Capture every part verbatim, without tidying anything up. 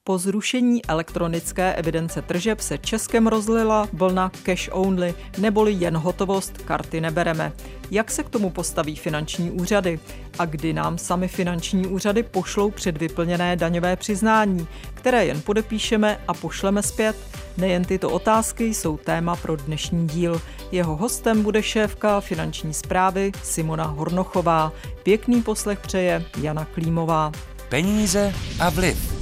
Po zrušení elektronické evidence tržeb se Českem rozlila vlna cash only, neboli jen hotovost, karty nebereme. Jak se k tomu postaví finanční úřady? A kdy nám sami finanční úřady pošlou předvyplněné daňové přiznání, které jen podepíšeme a pošleme zpět? Nejen tyto otázky jsou téma pro dnešní díl. Jeho hostem bude šéfka finanční správy Simona Hornochová. Pěkný poslech přeje Jana Klímová. Peníze a vliv.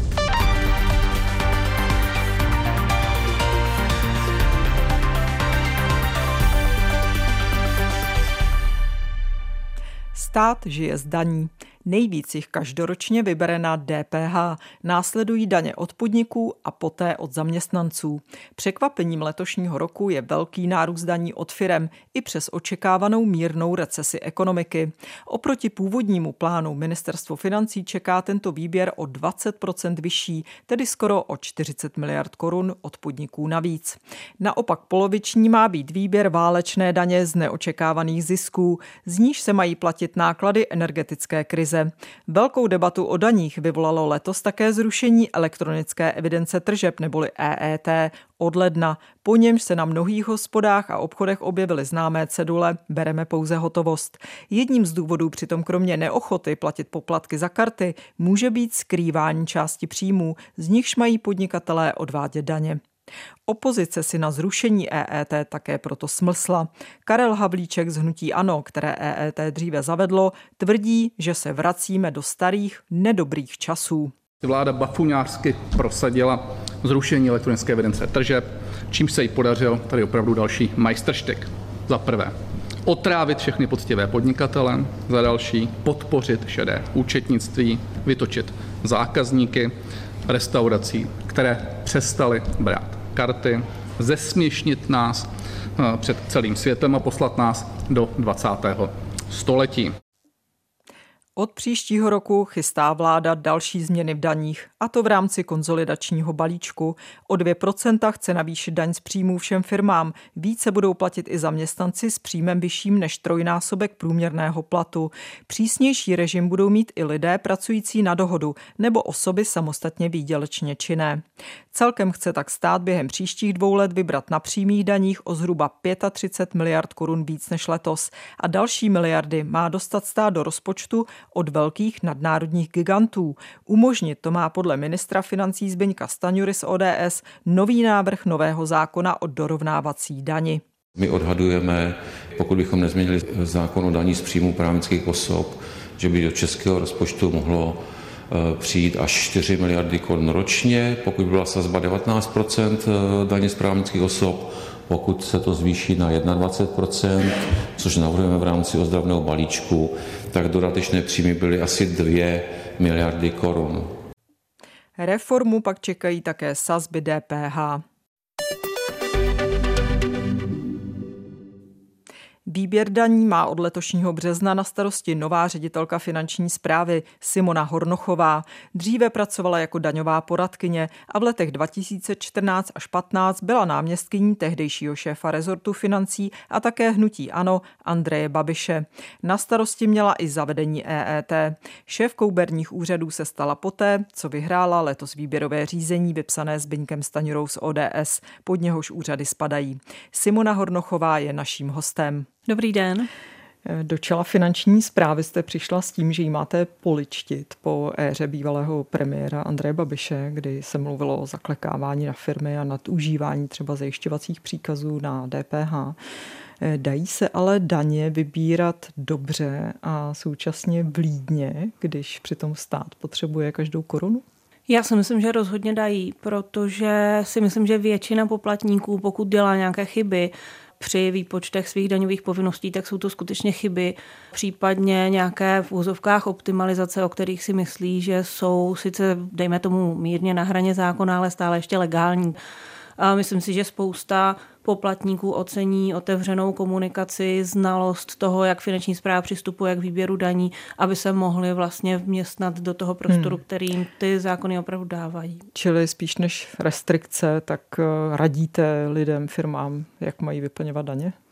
Stát žije z daní. Nejvíc jich každoročně vybere na D P H, následují daně od podniků a poté od zaměstnanců. Překvapením letošního roku je velký nárůst daní od firem i přes očekávanou mírnou recesi ekonomiky. Oproti původnímu plánu ministerstvo financí čeká tento výběr o dvacet procent vyšší, tedy skoro o čtyřicet miliard korun od podniků navíc. Naopak poloviční má být výběr válečné daně z neočekávaných zisků, z níž se mají platit náklady energetické krize. Velkou debatu o daních vyvolalo letos také zrušení elektronické evidence tržeb neboli E E T od ledna, po němž se na mnohých hospodách a obchodech objevily známé cedule "Bereme pouze hotovost". Jedním z důvodů přitom kromě neochoty platit poplatky za karty může být skrývání části příjmů, z nichž mají podnikatelé odvádět daně. Opozice si na zrušení E E T také proto smlsla. Karel Havlíček z hnutí ANO, které E E T dříve zavedlo, tvrdí, že se vracíme do starých, nedobrých časů. Vláda bafuňářsky prosadila zrušení elektronické evidence tržeb, čímž se jí podařil tady opravdu další majstrštyk. Za prvé, otrávit všechny poctivé podnikatele, za další podpořit šedé účetnictví, vytočit zákazníky restaurací, které přestaly brát karty, zesměšnit nás před celým světem a poslat nás do dvacátého století. Od příštího roku chystá vláda další změny v daních, a to v rámci konsolidačního balíčku. O dvě procenta chce navýšit daň z příjmů všem firmám. Více budou platit i zaměstnanci s příjmem vyšším než trojnásobek průměrného platu. Přísnější režim budou mít i lidé pracující na dohodu nebo osoby samostatně výdělečně činné. Celkem chce tak stát během příštích dvou let vybrat na přímých daních o zhruba třicet pět miliard korun víc než letos a další miliardy má dostat stát do rozpočtu od velkých nadnárodních gigantů. Umožnit to má podle ministra financí Zbyňka Stanjury z O D S nový návrh nového zákona o dorovnávací dani. My odhadujeme, pokud bychom nezměnili zákon o daní z příjmů právnických osob, že by do českého rozpočtu mohlo přijít až čtyři miliardy korun ročně, pokud by byla sazba devatenáct procent daně z právnických osob, pokud se to zvýší na dvacet jedna procent, což navrhujeme v rámci ozdravného balíčku, tak dodatečné příjmy byly asi dvě miliardy korun. Reformu pak čekají také sazby D P H. Výběr daní má od letošního března na starosti nová ředitelka finanční správy Simona Hornochová. Dříve pracovala jako daňová poradkyně a v letech dva tisíce čtrnáct až patnáct byla náměstkyní tehdejšího šéfa rezortu financí a také hnutí ANO Andreje Babiše. Na starosti měla i zavedení E E T. Šéfkou berních úřadů se stala poté, co vyhrála letos výběrové řízení vypsané Zbyňkem Stanjurou z O D S, pod něhož úřady spadají. Simona Hornochová je naším hostem. Dobrý den. Do čela finanční správy jste přišla s tím, že ji máte poličtit po éře bývalého premiéra Andreje Babiše, kdy se mluvilo o zaklekávání na firmy a nadužívání třeba zajišťovacích příkazů na D P H. Dají se ale daně vybírat dobře a současně vlídně, když přitom stát potřebuje každou korunu? Já si myslím, že rozhodně dají, protože si myslím, že většina poplatníků, pokud dělá nějaké chyby při výpočtech svých daňových povinností, tak jsou to skutečně chyby, případně nějaké v úzovkách optimalizace, o kterých si myslí, že jsou sice, dejme tomu, mírně na hraně zákona, ale stále ještě legální. A myslím si, že spousta poplatníků ocení otevřenou komunikaci, znalost toho, jak finanční správa přistupuje k výběru daní, aby se mohli vlastně vměstnat do toho prostoru, hmm. který jim ty zákony opravdu dávají. Čili spíš než restrikce, tak radíte lidem, firmám, jak mají vyplňovat daně?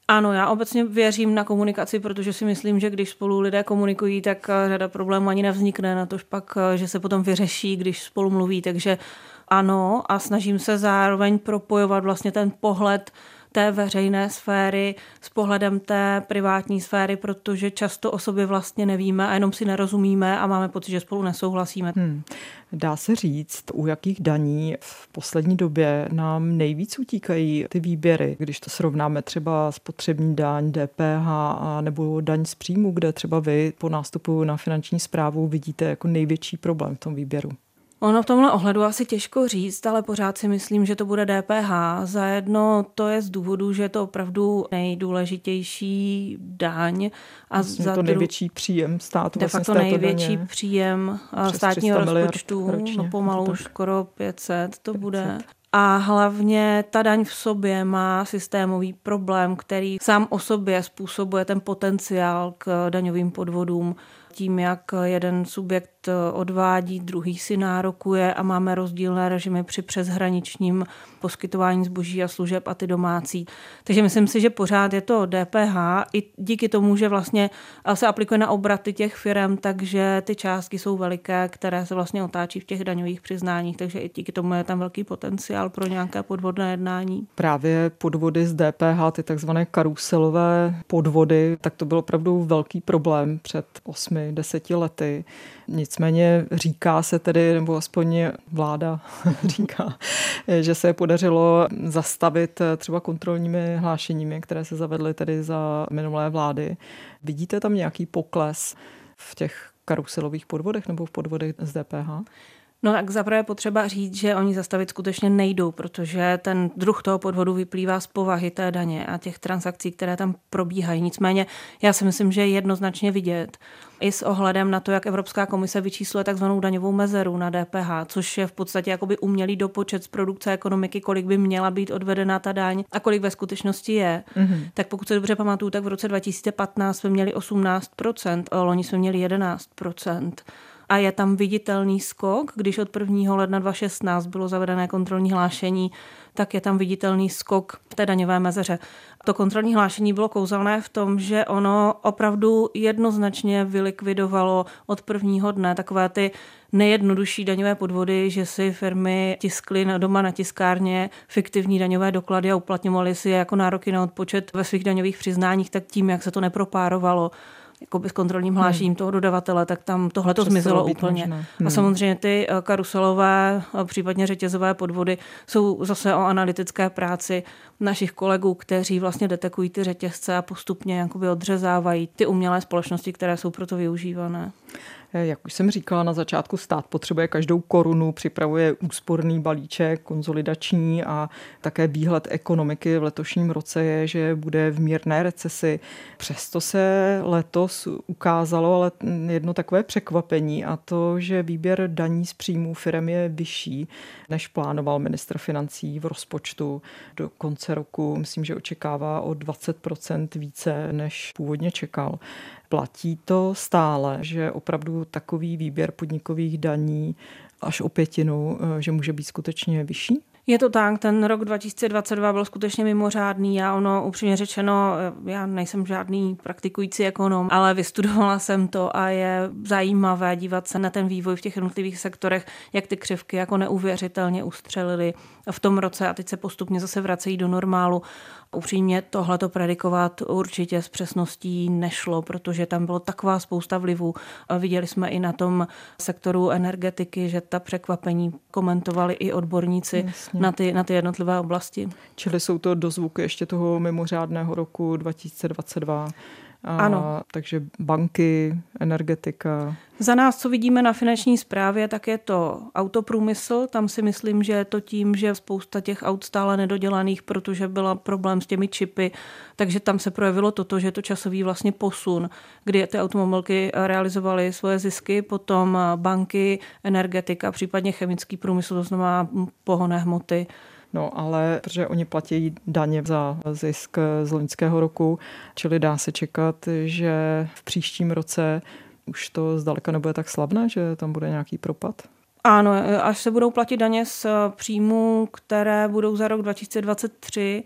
Ano, já obecně věřím na komunikaci, protože si myslím, že když spolu lidé komunikují, tak řada problémů ani nevznikne, na tož pak, že se potom vyřeší, když spolu mluví. Takže ano, a snažím se zároveň propojovat vlastně ten pohled té veřejné sféry s pohledem té privátní sféry, protože často o sobě vlastně nevíme a jenom si nerozumíme a máme pocit, že spolu nesouhlasíme. Hmm. Dá se říct, u jakých daní v poslední době nám nejvíc utíkají ty výběry, když to srovnáme třeba spotřební daň, D P H a nebo daň z příjmu, kde třeba vy po nástupu na finanční správu vidíte jako největší problém v tom výběru? Ono v tomhle ohledu asi těžko říct, ale pořád si myslím, že to bude D P H. Zajedno to je z důvodu, že je to opravdu nejdůležitější daň. A vlastně za to dru... největší příjem státu. De facto vlastně největší daně. příjem státního rozpočtu, no pomalu už skoro pět set to pět set. Bude. A hlavně ta daň v sobě má systémový problém, který sám o sobě způsobuje ten potenciál k daňovým podvodům. Tím, jak jeden subjekt odvádí, druhý si nárokuje a máme rozdílné režimy při přeshraničním poskytování zboží a služeb a ty domácí. Takže myslím si, že pořád je to D P H i díky tomu, že vlastně se aplikuje na obraty těch firem, takže ty částky jsou veliké, které se vlastně otáčí v těch daňových přiznáních, takže i díky tomu je tam velký potenciál pro nějaké podvodné jednání. Právě podvody z D P H, ty takzvané karuselové podvody, tak to byl opravdu velký problém před osmi deseti lety. Nicméně říká se tedy, nebo aspoň vláda říká, že se podařilo zastavit třeba kontrolními hlášeními, které se zavedly tedy za minulé vlády. Vidíte tam nějaký pokles v těch karuselových podvodech nebo v podvodech z D P H? No tak zaprvé potřeba říct, že oni zastavit skutečně nejdou, protože ten druh toho podvodu vyplývá z povahy té daně a těch transakcí, které tam probíhají. Nicméně já si myslím, že je jednoznačně vidět i s ohledem na to, jak Evropská komise vyčísluje takzvanou daňovou mezeru na D P H, což je v podstatě jakoby umělý dopočet z produkce ekonomiky, kolik by měla být odvedena ta daň a kolik ve skutečnosti je. Mm-hmm. Tak pokud se dobře pamatuju, tak v roce dva tisíce patnáct jsme měli osmnáct procent, a loni jsme měli jedenáct procent. A je tam viditelný skok, když od prvního ledna dva tisíce šestnáct bylo zavedené kontrolní hlášení, tak je tam viditelný skok v té daňové mezeře. To kontrolní hlášení bylo kouzelné v tom, že ono opravdu jednoznačně vylikvidovalo od prvního dne takové ty nejjednodušší daňové podvody, že si firmy tiskly doma na tiskárně fiktivní daňové doklady a uplatňovaly si je jako nároky na odpočet ve svých daňových přiznáních, tak tím, jak se to nepropárovalo jakoby s kontrolním hlášením hmm. toho dodavatele, tak tam tohle to zmizelo úplně. Hmm. A samozřejmě ty karuselové, případně řetězové podvody jsou zase o analytické práci našich kolegů, kteří vlastně detekují ty řetězce a postupně jakoby odřezávají ty umělé společnosti, které jsou proto využívané. Jak už jsem říkala na začátku, stát potřebuje každou korunu, připravuje úsporný balíček, konsolidační a také výhled ekonomiky v letošním roce je, že bude v mírné recesi. Přesto se letos ukázalo ale jedno takové překvapení a to, že výběr daní z příjmů firem je vyšší, než plánoval ministr financí v rozpočtu. Do konce roku myslím, že očekává o dvacet procent více, než původně čekal. Platí to stále, že opravdu takový výběr podnikových daní až o pětinu, že může být skutečně vyšší? Je to tak, ten rok dva tisíce dvacet dva byl skutečně mimořádný a ono upřímně řečeno, já nejsem žádný praktikující ekonom, ale vystudovala jsem to a je zajímavé dívat se na ten vývoj v těch jednotlivých sektorech, jak ty křivky jako neuvěřitelně ustřelily v tom roce a teď se postupně zase vracejí do normálu. Upřímně tohleto predikovat určitě s přesností nešlo, protože tam bylo taková spousta vlivů. Viděli jsme i na tom sektoru energetiky, že ta překvapení komentovali i odborníci na ty, na ty jednotlivé oblasti. Čili jsou to dozvuky ještě toho mimořádného roku dva tisíce dvacet dva. A ano. Takže banky, energetika. Za nás, co vidíme na finanční správě, tak je to autoprůmysl. Tam si myslím, že je to tím, že spousta těch aut stále nedodělaných, protože byla problém s těmi čipy, takže tam se projevilo toto, že je to časový vlastně posun, kdy ty automobilky realizovaly svoje zisky, potom banky, energetika, případně chemický průmysl, to znamená pohonné hmoty. No, ale protože oni platí daně za zisk z loňského roku, čili dá se čekat, že v příštím roce už to zdaleka nebude tak slavné, že tam bude nějaký propad? Ano, až se budou platit daně z příjmů, které budou za rok dva tisíce dvacet tři,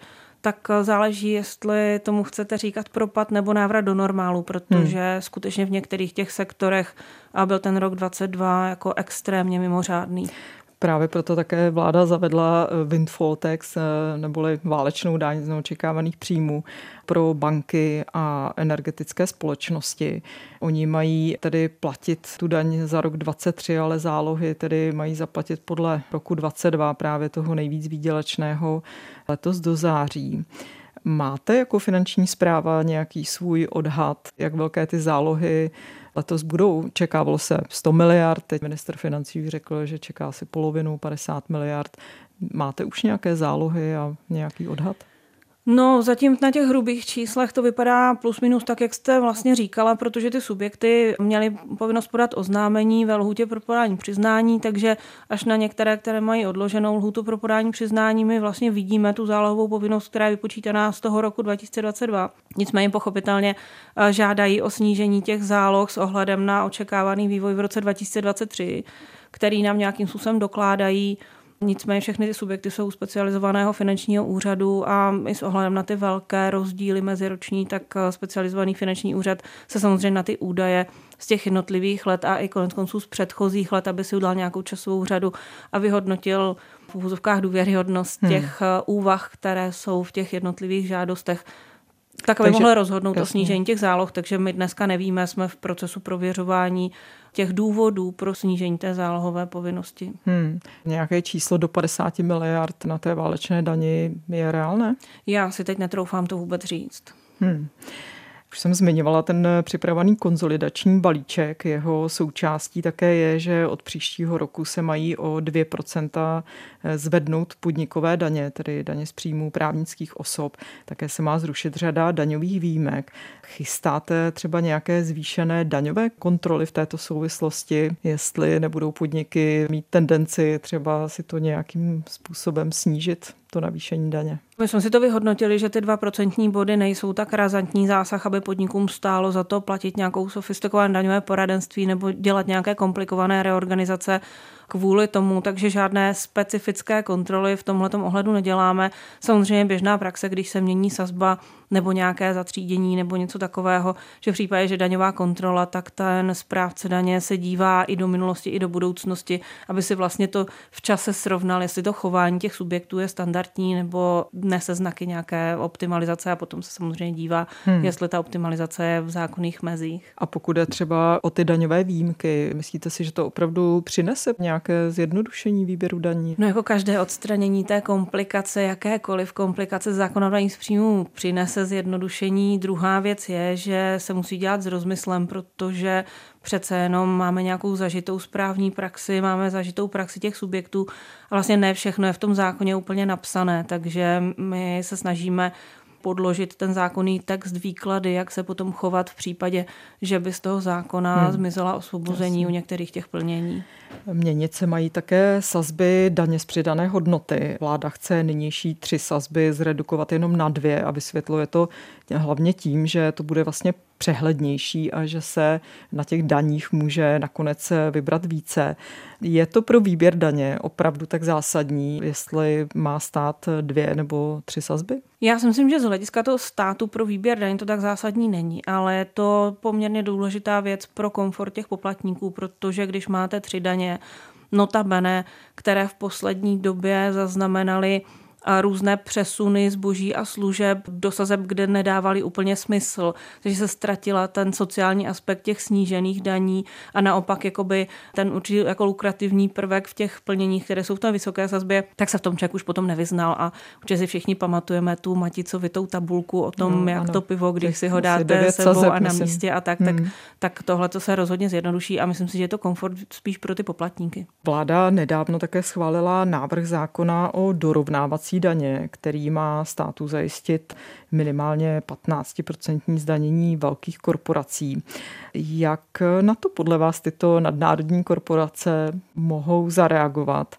tak záleží, jestli tomu chcete říkat propad nebo návrat do normálu, protože hmm. skutečně v některých těch sektorech a byl ten rok dvacet dva jako extrémně mimořádný. Právě proto také vláda zavedla windfall tax, neboli válečnou daň z neočekávaných příjmů pro banky a energetické společnosti. Oni mají tedy platit tu daň za rok dvacet tři, ale zálohy tedy mají zaplatit podle roku dvacet dva, právě toho nejvíc výdělečného, letos do září. Máte jako finanční správa nějaký svůj odhad, jak velké ty zálohy letos budou? Čekávalo se sto miliard, teď ministr financí už řekl, že čeká si polovinu, padesát miliard. Máte už nějaké zálohy a nějaký odhad? No, zatím na těch hrubých číslech to vypadá plus minus tak, jak jste vlastně říkala, protože ty subjekty měly povinnost podat oznámení ve lhůtě pro podání přiznání, takže až na některé, které mají odloženou lhůtu pro podání přiznání, my vlastně vidíme tu zálohovou povinnost, která je vypočítaná z toho roku dva tisíce dvacet dva. Nicméně pochopitelně žádají o snížení těch záloh s ohledem na očekávaný vývoj v roce dva tisíce dvacet tři, který nám nějakým způsobem dokládají. Nicméně všechny ty subjekty jsou specializovaného finančního úřadu a i s ohledem na ty velké rozdíly meziroční, tak specializovaný finanční úřad se samozřejmě na ty údaje z těch jednotlivých let a i konec konců z předchozích let, aby si udělal nějakou časovou řadu a vyhodnotil v úvozovkách důvěryhodnost hmm. těch úvah, které jsou v těch jednotlivých žádostech, tak aby mohli rozhodnout jasně o snížení těch záloh. Takže my dneska nevíme, jsme v procesu prověřování těch důvodů pro snížení té zálohové povinnosti. Hmm. Nějaké číslo do padesát miliard na té válečné dani je reálné? Já si teď netroufám to vůbec říct. Hmm. Už jsem zmiňovala ten připravený konsolidační balíček. Jeho součástí také je, že od příštího roku se mají o dvě procenta zvednout podnikové daně, tedy daně z příjmů právnických osob. Také se má zrušit řada daňových výjimek. Chystáte třeba nějaké zvýšené daňové kontroly v této souvislosti, jestli nebudou podniky mít tendenci třeba si to nějakým způsobem snížit, to navýšení daně? My jsme si to vyhodnotili, že ty dva procentní body nejsou tak razantní zásah, aby podnikům stálo za to platit nějakou sofistikované daňové poradenství nebo dělat nějaké komplikované reorganizace kvůli tomu, takže žádné specifické kontroly v tomhletom ohledu neděláme. Samozřejmě běžná praxe, když se mění sazba nebo nějaké zatřídění nebo něco takového, že v případě, že daňová kontrola, tak ten správce daně se dívá i do minulosti, i do budoucnosti, aby si vlastně to v čase srovnal, jestli to chování těch subjektů je standardní nebo nese znaky nějaké optimalizace a potom se samozřejmě dívá, hmm. jestli ta optimalizace je v zákonných mezích. A pokud je třeba o ty daňové výjimky, myslíte si, že to opravdu přinese nějaké zjednodušení výběru daní? No jako každé odstranění té komplikace, jakékoliv komplikace zákona o daní z příjmů přinese zjednodušení. Druhá věc je, že se musí dělat s rozmyslem, protože přece jenom máme nějakou zažitou správní praxi, máme zažitou praxi těch subjektů a vlastně ne všechno je v tom zákoně úplně napsané, takže my se snažíme podložit ten zákonný text výklady, jak se potom chovat v případě, že by z toho zákona hmm. zmizela osvobození Jasně. u některých těch plnění. Měnit se mají také sazby daně z přidané hodnoty. Vláda chce nynější tři sazby zredukovat jenom na dvě a vysvětluje to hlavně tím, že to bude vlastně přehlednější a že se na těch daních může nakonec vybrat více. Je to pro výběr daně opravdu tak zásadní, jestli má stát dvě nebo tři sazby? Já si myslím, že z hlediska toho státu pro výběr daní to tak zásadní není, ale je to poměrně důležitá věc pro komfort těch poplatníků, protože když máte tři daně, notabene, které v poslední době zaznamenaly a různé přesuny zboží a služeb do sazeb, kde nedávali úplně smysl. Takže se ztratila ten sociální aspekt těch snížených daní a naopak jakoby ten určitý jako lukrativní prvek v těch plněních, které jsou v té vysoké sazbě, tak se v tom člověk už potom nevyznal a určitě si všichni pamatujeme tu maticovitou tabulku o tom, no, jak ano. to pivo, když si ho dáte sebou sazeb, a na myslím. místě a tak, hmm. tak, tak tohle to se rozhodně zjednoduší a myslím si, že je to komfort spíš pro ty poplatníky. Vláda nedávno také schválila návrh zákona o dorovnávací daně, který má státu zajistit minimálně patnáct procent zdanění velkých korporací. Jak na to podle vás tyto nadnárodní korporace mohou zareagovat?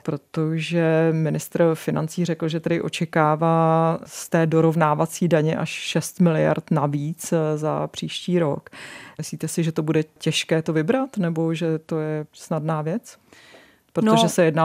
Protože ministr financí řekl, že tedy očekává z té dorovnávací daně až šest miliard navíc za příští rok. Myslíte si, že to bude těžké to vybrat, nebo že to je snadná věc? Protože no, se jedná o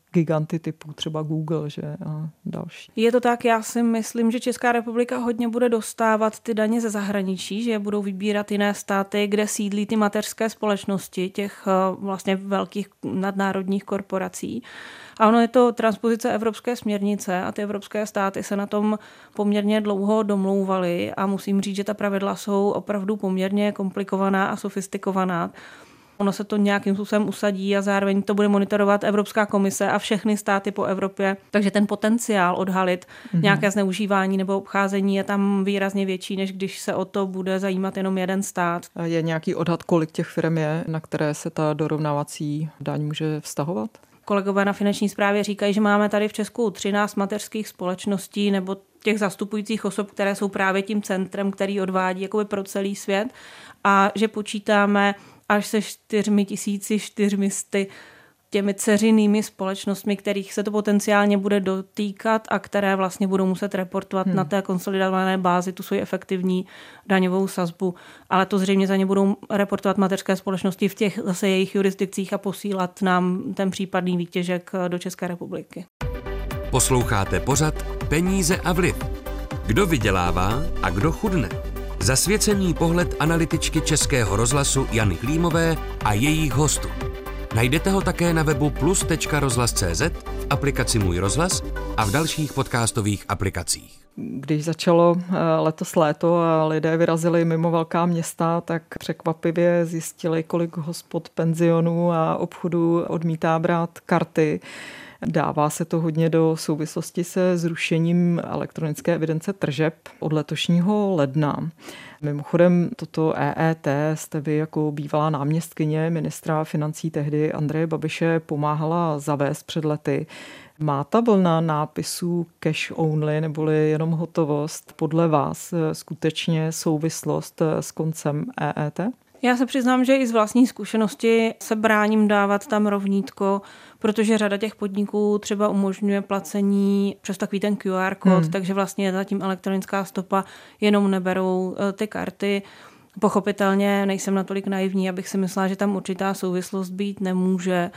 giganty typu třeba Google, že a další. Je to tak, já si myslím, že Česká republika hodně bude dostávat ty daně ze zahraničí, že je budou vybírat jiné státy, kde sídlí ty mateřské společnosti těch vlastně velkých nadnárodních korporací. A ono je to transpozice evropské směrnice a ty evropské státy se na tom poměrně dlouho domlouvaly a musím říct, že ta pravidla jsou opravdu poměrně komplikovaná a sofistikovaná. Ono se to nějakým způsobem usadí a zároveň to bude monitorovat Evropská komise a všechny státy po Evropě. Takže ten potenciál odhalit mm-hmm. nějaké zneužívání nebo obcházení je tam výrazně větší, než když se o to bude zajímat jenom jeden stát. A je nějaký odhad, kolik těch firm je, na které se ta dorovnávací daň může vztahovat? Kolegové na finanční správě říkají, že máme tady v Česku třináct mateřských společností nebo těch zastupujících osob, které jsou právě tím centrem, který odvádí jakoby pro celý svět a že počítáme až se čtyřmi tisíci čtyřmi sty těmi dceřinými společnostmi, kterých se to potenciálně bude dotýkat a které vlastně budou muset reportovat hmm. na té konsolidované bázi tu svoji efektivní daňovou sazbu. Ale to zřejmě za ně budou reportovat mateřské společnosti v těch zase jejich jurisdikcích a posílat nám ten případný výtěžek do České republiky. Posloucháte pořad Peníze a vliv. Kdo vydělává a kdo chudne? Zasvěcený pohled analytičky Českého rozhlasu Jany Klímové a jejich hostů. Najdete ho také na webu plus tečka rozhlas tečka cé zet, v aplikaci Můj rozhlas a v dalších podcastových aplikacích. Když začalo letos léto a lidé vyrazili mimo velká města, tak překvapivě zjistili, kolik hospod, penzionů a obchodů odmítá brát karty. Dává se to hodně do souvislosti se zrušením elektronické evidence tržeb od letošního ledna. Mimochodem toto E E T jste vy jako bývalá náměstkyně ministra financí tehdy Andreje Babiše pomáhala zavést před lety. Má ta vlna nápisů cash only neboli jenom hotovost podle vás skutečně souvislost s koncem E E T? Já se přiznám, že i z vlastní zkušenosti se bráním dávat tam rovnítko, protože řada těch podniků třeba umožňuje placení přes takový ten Q R kód, hmm. takže vlastně je zatím elektronická stopa, jenom neberou ty karty. Pochopitelně nejsem natolik naivní, abych si myslela, že tam určitá souvislost být nemůže,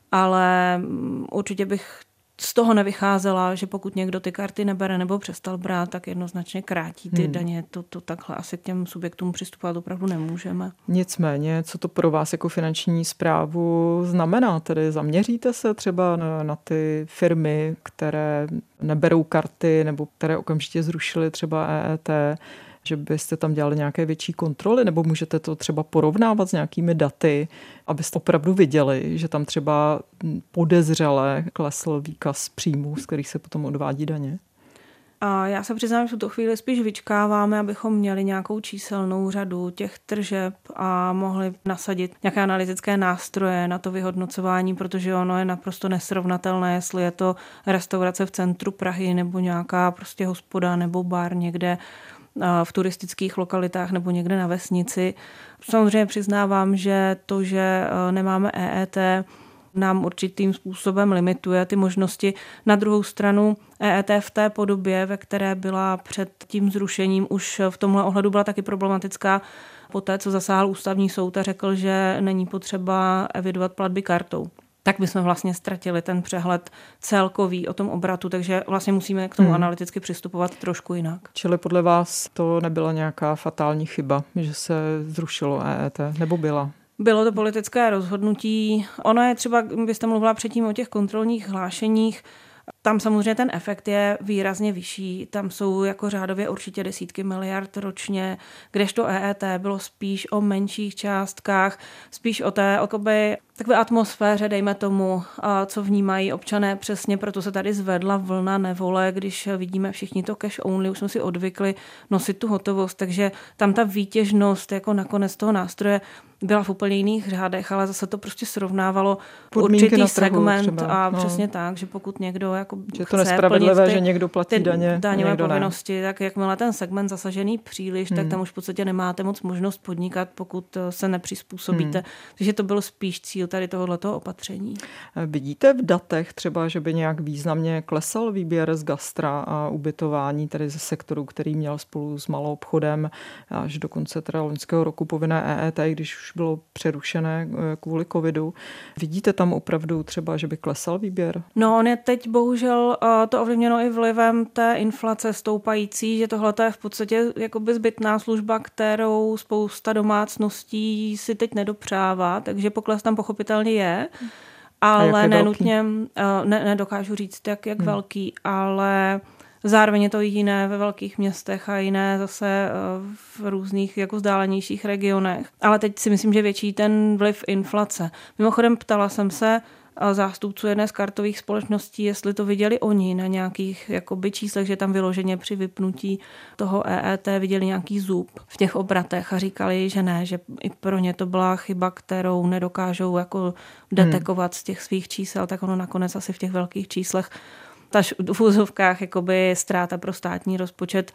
ale určitě bych z toho nevycházela, že pokud někdo ty karty nebere nebo přestal brát, tak jednoznačně krátí ty hmm. daně. To, to takhle asi k těm subjektům přistupovat opravdu nemůžeme. Nicméně, co to pro vás jako finanční správu znamená? Tedy zaměříte se třeba na, na ty firmy, které neberou karty nebo které okamžitě zrušily třeba E E T, že byste tam dělali nějaké větší kontroly, nebo můžete to třeba porovnávat s nějakými daty, abyste opravdu viděli, že tam třeba podezřele klesl výkaz příjmů, z kterých se potom odvádí daně? A já se přiznám, že v tuto chvíli spíš vyčkáváme, abychom měli nějakou číselnou řadu těch tržeb a mohli nasadit nějaké analytické nástroje na to vyhodnocování, protože ono je naprosto nesrovnatelné, jestli je to restaurace v centru Prahy nebo nějaká prostě hospoda nebo bar někde v turistických lokalitách nebo někde na vesnici. Samozřejmě přiznávám, že to, že nemáme E E T, nám určitým způsobem limituje ty možnosti. Na druhou stranu E E T v té podobě, ve které byla před tím zrušením, už v tomhle ohledu byla taky problematická. Poté, co zasáhl ústavní soud a řekl, že není potřeba evidovat platby kartou, tak bychom vlastně ztratili ten přehled celkový o tom obratu, takže vlastně musíme k tomu hmm. analyticky přistupovat trošku jinak. Čili podle vás to nebyla nějaká fatální chyba, že se zrušilo E E T, nebo byla? Bylo to politické rozhodnutí. Ono je třeba, byste mluvila předtím o těch kontrolních hlášeních, tam samozřejmě ten efekt je výrazně vyšší. Tam jsou jako řádově určitě desítky miliard ročně, kdežto E E T bylo spíš o menších částkách, spíš o té okoby, takové atmosféře, dejme tomu, co vnímají občané přesně, proto se tady zvedla vlna nevole, když vidíme všichni to cash only, už jsme si odvykli nosit tu hotovost, takže tam ta výtěžnost jako nakonec toho nástroje byla v úplně jiných řádech, ale zase to prostě srovnávalo podmínky určitý segment třeba. A no. Přesně tak, že pokud někdo jako že to nespravedlivé, ty, že někdo platí daně, daňové někdo povinnosti, ne. Tak jakmile ten segment zasažený příliš, hmm. tak tam už v podstatě nemáte moc možnost podnikat, pokud se nepřizpůsobíte. Hmm. Takže to byl spíš cíl tady tohoto opatření. Vidíte v datech třeba, že by nějak významně klesal výběr z gastra a ubytování, tedy ze sektoru, který měl spolu s maloobchodem až do konce teda loňského roku povinné E E T, když už bylo přerušené kvůli covidu. Vidíte tam opravdu třeba, že by klesal výběr? No on je teď bohužel to ovlivněno i vlivem té inflace stoupající, že tohle je v podstatě jakoby zbytná služba, kterou spousta domácností si teď nedopřává, takže pokles tam pochopitelně je, ale nenutně, ne, nedokážu říct, jak, jak hmm. velký, ale zároveň je to jiné ve velkých městech a jiné zase v různých jako vzdálenějších regionech. Ale teď si myslím, že větší ten vliv inflace. Mimochodem ptala jsem se zástupců jedné z kartových společností, jestli to viděli oni na nějakých jakoby číslech, že tam vyloženě při vypnutí toho E E T viděli nějaký zub v těch obratech a říkali, že ne, že i pro ně to byla chyba, kterou nedokážou jako detekovat z těch svých čísel, tak ono nakonec asi v těch velkých číslech ta v úzovkách jakoby ztráta pro státní rozpočet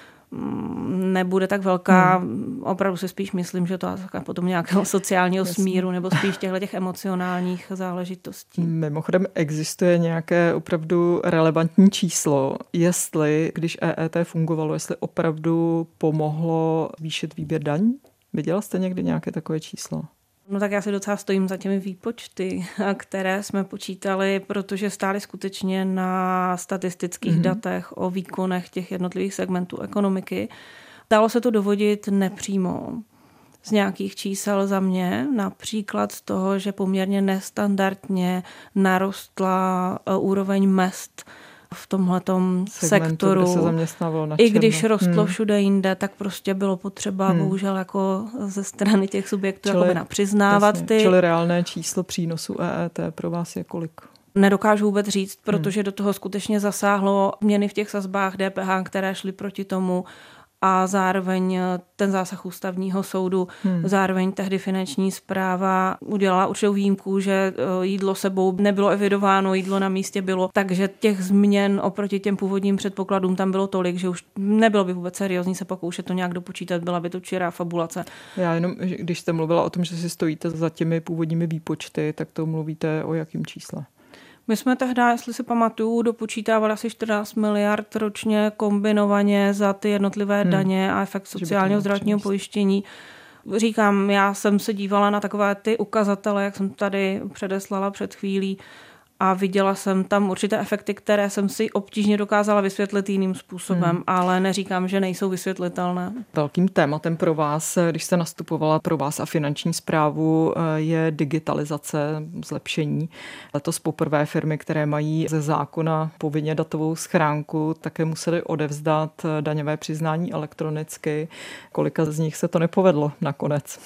nebude tak velká. Hmm. Opravdu si spíš myslím, že to je potom nějakého sociálního Jasně. smíru nebo spíš těchto těch emocionálních záležitostí. Mimochodem existuje nějaké opravdu relevantní číslo, jestli, když E E T fungovalo, jestli opravdu pomohlo zvýšit výběr daní? Viděla jste někdy nějaké takové číslo? No tak já si docela stojím za těmi výpočty, které jsme počítali, protože stály skutečně na statistických mm-hmm. datech o výkonech těch jednotlivých segmentů ekonomiky. Dalo se to dovodit nepřímo z nějakých čísel za mě, například z toho, že poměrně nestandardně narostla úroveň mezd v tomhletom sektoru. Se zaměstnávalo I když rostlo hmm. všude jinde, tak prostě bylo potřeba hmm. bohužel jako ze strany těch subjektů čili, jakoby napřiznávat jasně, ty. Čili reálné číslo přínosu E E T pro vás je kolik? Nedokážu vůbec říct, protože hmm. do toho skutečně zasáhlo měny v těch sazbách D P H, které šly proti tomu, a zároveň ten zásah ústavního soudu, hmm. zároveň tehdy finanční správa udělala určitou výjimku, že jídlo sebou nebylo evidováno, jídlo na místě bylo, takže těch změn oproti těm původním předpokladům tam bylo tolik, že už nebylo by vůbec seriózní se pokoušet to nějak dopočítat, byla by to čirá fabulace. Já jenom, když jste mluvila o tom, že si stojíte za těmi původními výpočty, tak to mluvíte o jakém čísle? My jsme tehdy, jestli si pamatuju, dopočítávali asi čtrnáct miliard ročně kombinovaně za ty jednotlivé hmm. daně a efekt sociálního zdravotního pojištění. Říkám, já jsem se dívala na takové ty ukazatele, jak jsem tady předeslala před chvílí, a viděla jsem tam určité efekty, které jsem si obtížně dokázala vysvětlit jiným způsobem, hmm. ale neříkám, že nejsou vysvětlitelné. Velkým tématem pro vás, když jste nastupovala pro vás a finanční správu, je digitalizace, zlepšení. Letos poprvé firmy, které mají ze zákona povinně datovou schránku, také musely odevzdat daňové přiznání elektronicky. Kolika z nich se to nepovedlo nakonec?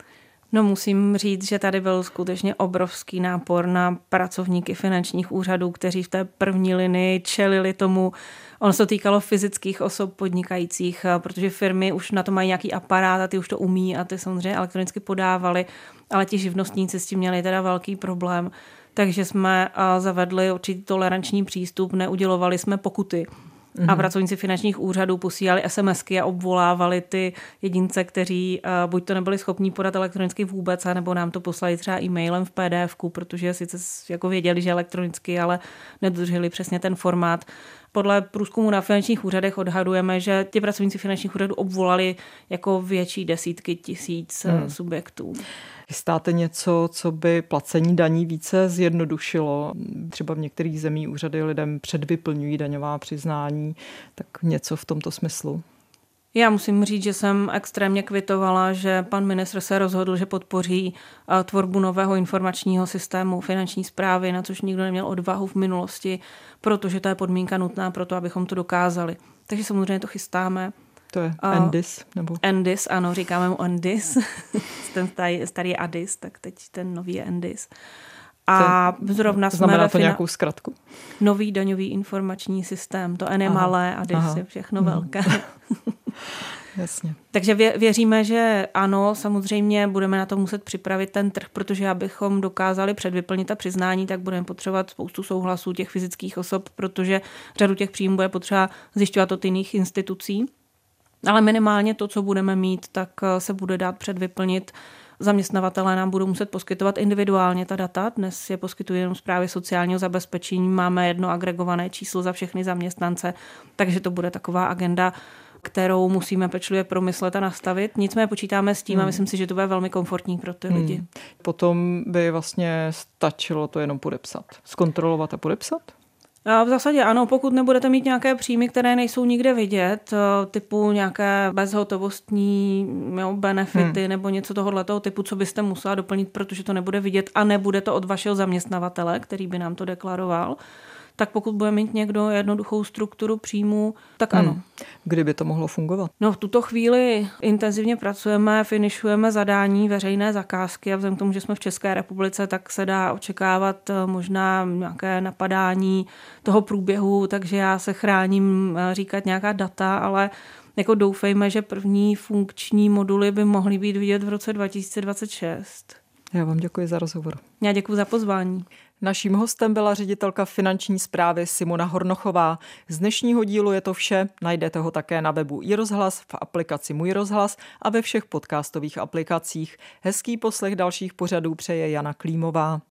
No musím říct, že tady byl skutečně obrovský nápor na pracovníky finančních úřadů, kteří v té první linii čelili tomu. Ono se to týkalo fyzických osob podnikajících, protože firmy už na to mají nějaký aparát a ty už to umí a ty samozřejmě elektronicky podávali, ale ti živnostníci s tím měli teda velký problém. Takže jsme zavedli určitý toleranční přístup, neudělovali jsme pokuty. A pracovníci finančních úřadů posílali SMSky a obvolávali ty jedince, kteří uh, buď to nebyli schopní podat elektronicky vůbec, anebo nám to poslali třeba e-mailem v P D F ku, protože sice jako věděli, že elektronicky, ale nedodrželi přesně ten formát. Podle průzkumu na finančních úřadech odhadujeme, že ti pracovníci finančních úřadů obvolali jako větší desítky tisíc hmm. subjektů. Chystáte něco, co by placení daní více zjednodušilo? Třeba v některých zemích úřady lidem předvyplňují daňová přiznání, tak něco v tomto smyslu? Já musím říct, že jsem extrémně kvitovala, že pan ministr se rozhodl, že podpoří tvorbu nového informačního systému finanční správy, na což nikdo neměl odvahu v minulosti, protože to je podmínka nutná pro to, abychom to dokázali. Takže samozřejmě to chystáme. To je N D I S? Nebo? N D I S, ano, říkáme mu N D I S. Ten starý, starý je A D I S, tak teď ten nový je N D I S. A zrovna jsme znamená to fina- nějakou zkratku? Nový daňový informační systém. To N je malé a D I S je všechno hmm. velké. Jasně. Takže vě, věříme, že ano, samozřejmě budeme na to muset připravit ten trh, protože abychom dokázali předvyplnit ta přiznání, tak budeme potřebovat spoustu souhlasů těch fyzických osob, protože řadu těch příjmů bude potřeba zjišťovat od jiných institucí. Ale minimálně to, co budeme mít, tak se bude dát předvyplnit. Zaměstnavatelé nám budou muset poskytovat individuálně ta data. Dnes je poskytují jenom správy sociálního zabezpečení. Máme jedno agregované číslo za všechny zaměstnance, takže to bude taková agenda, kterou musíme pečlivě promyslet a nastavit. Nicméně počítáme s tím hmm. a myslím si, že to bude velmi komfortní pro ty hmm. lidi. Potom by vlastně stačilo to jenom podepsat. Zkontrolovat a podepsat? A v zásadě ano, pokud nebudete mít nějaké příjmy, které nejsou nikde vidět, typu nějaké bezhotovostní jo, benefity hmm. nebo něco tohoto typu, co byste musela doplnit, protože to nebude vidět a nebude to od vašeho zaměstnavatele, který by nám to deklaroval, tak pokud bude mít někdo jednoduchou strukturu příjmu, tak ano. Hmm. Kdyby to mohlo fungovat? No v tuto chvíli intenzivně pracujeme, finišujeme zadání veřejné zakázky a vzhledem k tomu, že jsme v České republice, tak se dá očekávat možná nějaké napadání toho průběhu, takže já se chráním říkat nějaká data, ale jako doufejme, že první funkční moduly by mohly být vidět v roce dva tisíce dvacet šest. Já vám děkuji za rozhovor. Já děkuji za pozvání. Naším hostem byla ředitelka finanční správy Simona Hornochová. Z dnešního dílu je to vše, najdete ho také na webu iRozhlas, v aplikaci Můj rozhlas a ve všech podcastových aplikacích. Hezký poslech dalších pořadů přeje Jana Klímová.